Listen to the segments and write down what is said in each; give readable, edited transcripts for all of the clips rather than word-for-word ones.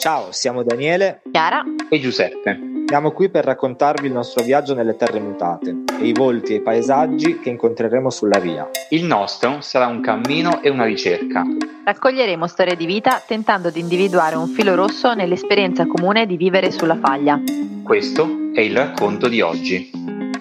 Ciao, siamo Daniele, Chiara e Giuseppe. siamo qui per raccontarvi il nostro viaggio nelle terre mutate e i volti e i paesaggi che incontreremo sulla via. Il nostro sarà un cammino e una ricerca. raccoglieremo storie di vita tentando di individuare un filo rosso nell'esperienza comune di vivere sulla faglia. Questo è il racconto di oggi.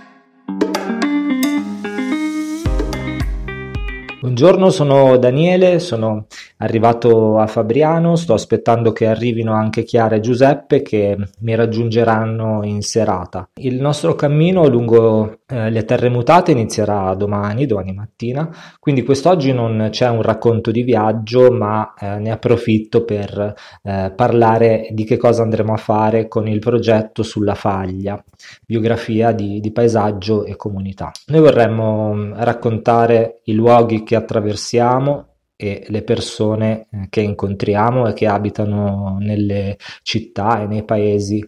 Buongiorno, sono Daniele, sono arrivato a Fabriano, sto aspettando che arrivino anche Chiara e Giuseppe che mi raggiungeranno in serata. Il nostro cammino lungo le terre mutate inizierà domani mattina, quindi quest'oggi non c'è un racconto di viaggio, ma ne approfitto per parlare di che cosa andremo a fare con il progetto sulla faglia, biografia di paesaggio e comunità. Noi vorremmo raccontare i luoghi che attraversiamo e le persone che incontriamo e che abitano nelle città e nei paesi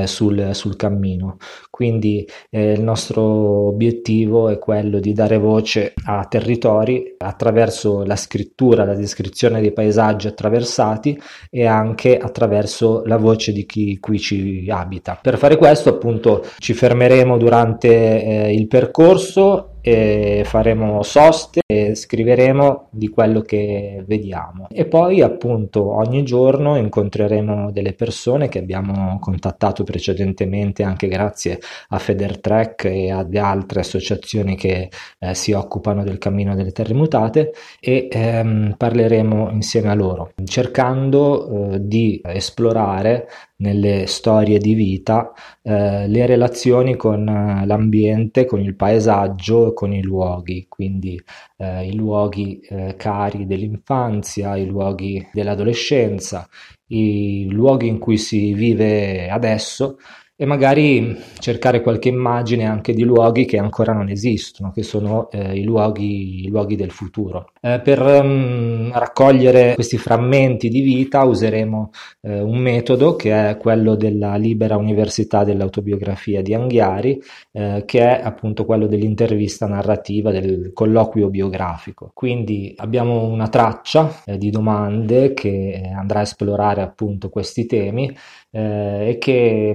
sul cammino. Quindi il nostro obiettivo è quello di dare voce a territori attraverso la scrittura, la descrizione dei paesaggi attraversati e anche attraverso la voce di chi qui ci abita. Per fare questo, appunto, ci fermeremo durante il percorso e faremo soste e scriveremo di quello che vediamo, e poi appunto ogni giorno incontreremo delle persone che abbiamo contattato precedentemente anche grazie a Federtrek e ad altre associazioni che si occupano del cammino delle terre mutate, e parleremo insieme a loro cercando di esplorare nelle storie di vita le relazioni con l'ambiente, con il paesaggio, con i luoghi, quindi i luoghi cari dell'infanzia, i luoghi dell'adolescenza, i luoghi in cui si vive adesso, e magari cercare qualche immagine anche di luoghi che ancora non esistono, che sono i luoghi del futuro. Per raccogliere questi frammenti di vita useremo un metodo che è quello della Libera Università dell'Autobiografia di Anghiari, che è appunto quello dell'intervista narrativa, del colloquio biografico. Quindi abbiamo una traccia di domande che andrà a esplorare appunto questi temi e che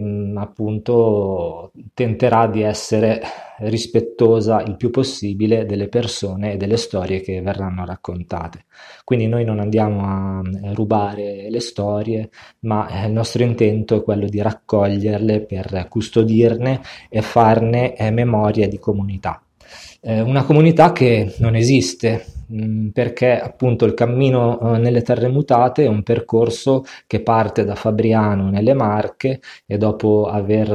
appunto tenterà di essere rispettosa il più possibile delle persone e delle storie che verranno raccontate. Quindi noi non andiamo a rubare le storie, ma il nostro intento è quello di raccoglierle per custodirne e farne memoria di comunità. Una comunità che non esiste, perché appunto il cammino nelle terre mutate è un percorso che parte da Fabriano nelle Marche e dopo aver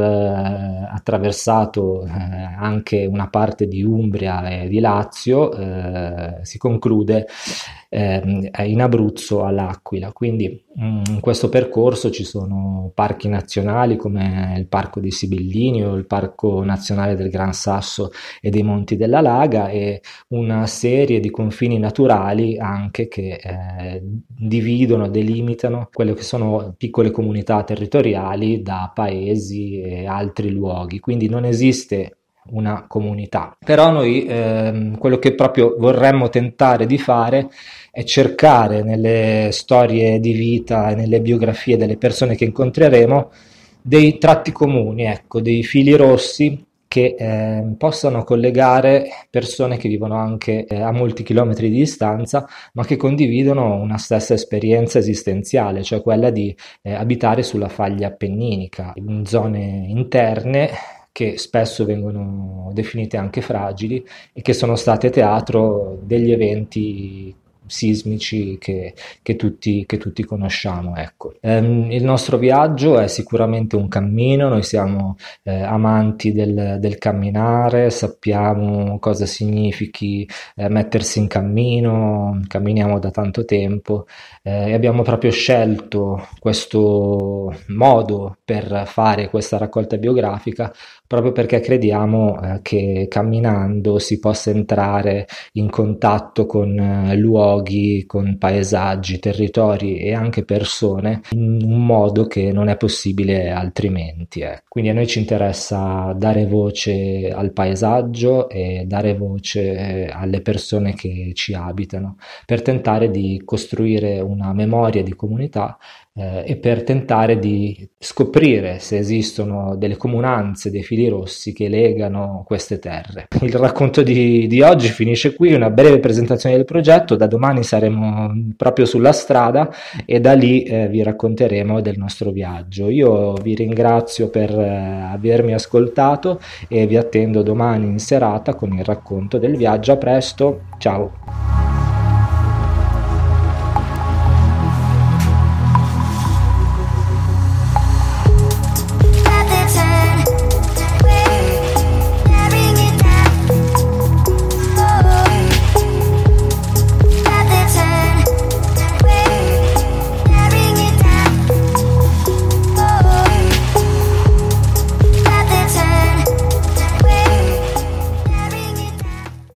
attraversato anche una parte di Umbria e di Lazio si conclude in Abruzzo all'Aquila. Quindi in questo percorso ci sono parchi nazionali come il Parco dei Sibillini o il Parco Nazionale del Gran Sasso e dei Monti della Laga, e una serie di confini naturali anche che dividono, delimitano quelle che sono piccole comunità territoriali da paesi e altri luoghi. Quindi non esiste una comunità, però noi quello che proprio vorremmo tentare di fare è cercare nelle storie di vita e nelle biografie delle persone che incontreremo dei tratti comuni, ecco, dei fili rossi che possano collegare persone che vivono anche a molti chilometri di distanza, ma che condividono una stessa esperienza esistenziale, cioè quella di abitare sulla faglia appenninica, in zone interne che spesso vengono definite anche fragili e che sono state teatro degli eventi sismici che tutti conosciamo, ecco. Il nostro viaggio è sicuramente un cammino, noi siamo amanti del camminare, sappiamo cosa significhi mettersi in cammino, camminiamo da tanto tempo e abbiamo proprio scelto questo modo per fare questa raccolta biografica proprio perché crediamo che camminando si possa entrare in contatto con luoghi, con paesaggi, territori e anche persone in un modo che non è possibile altrimenti. Quindi a noi ci interessa dare voce al paesaggio e dare voce alle persone che ci abitano per tentare di costruire una memoria di comunità e per tentare di scoprire se esistono delle comunanze, dei fili rossi che legano queste terre. Il racconto di oggi finisce qui, una breve presentazione del progetto. Da domani saremo proprio sulla strada e da lì vi racconteremo del nostro viaggio. Io vi ringrazio per avermi ascoltato e vi attendo domani in serata con il racconto del viaggio. A presto, ciao!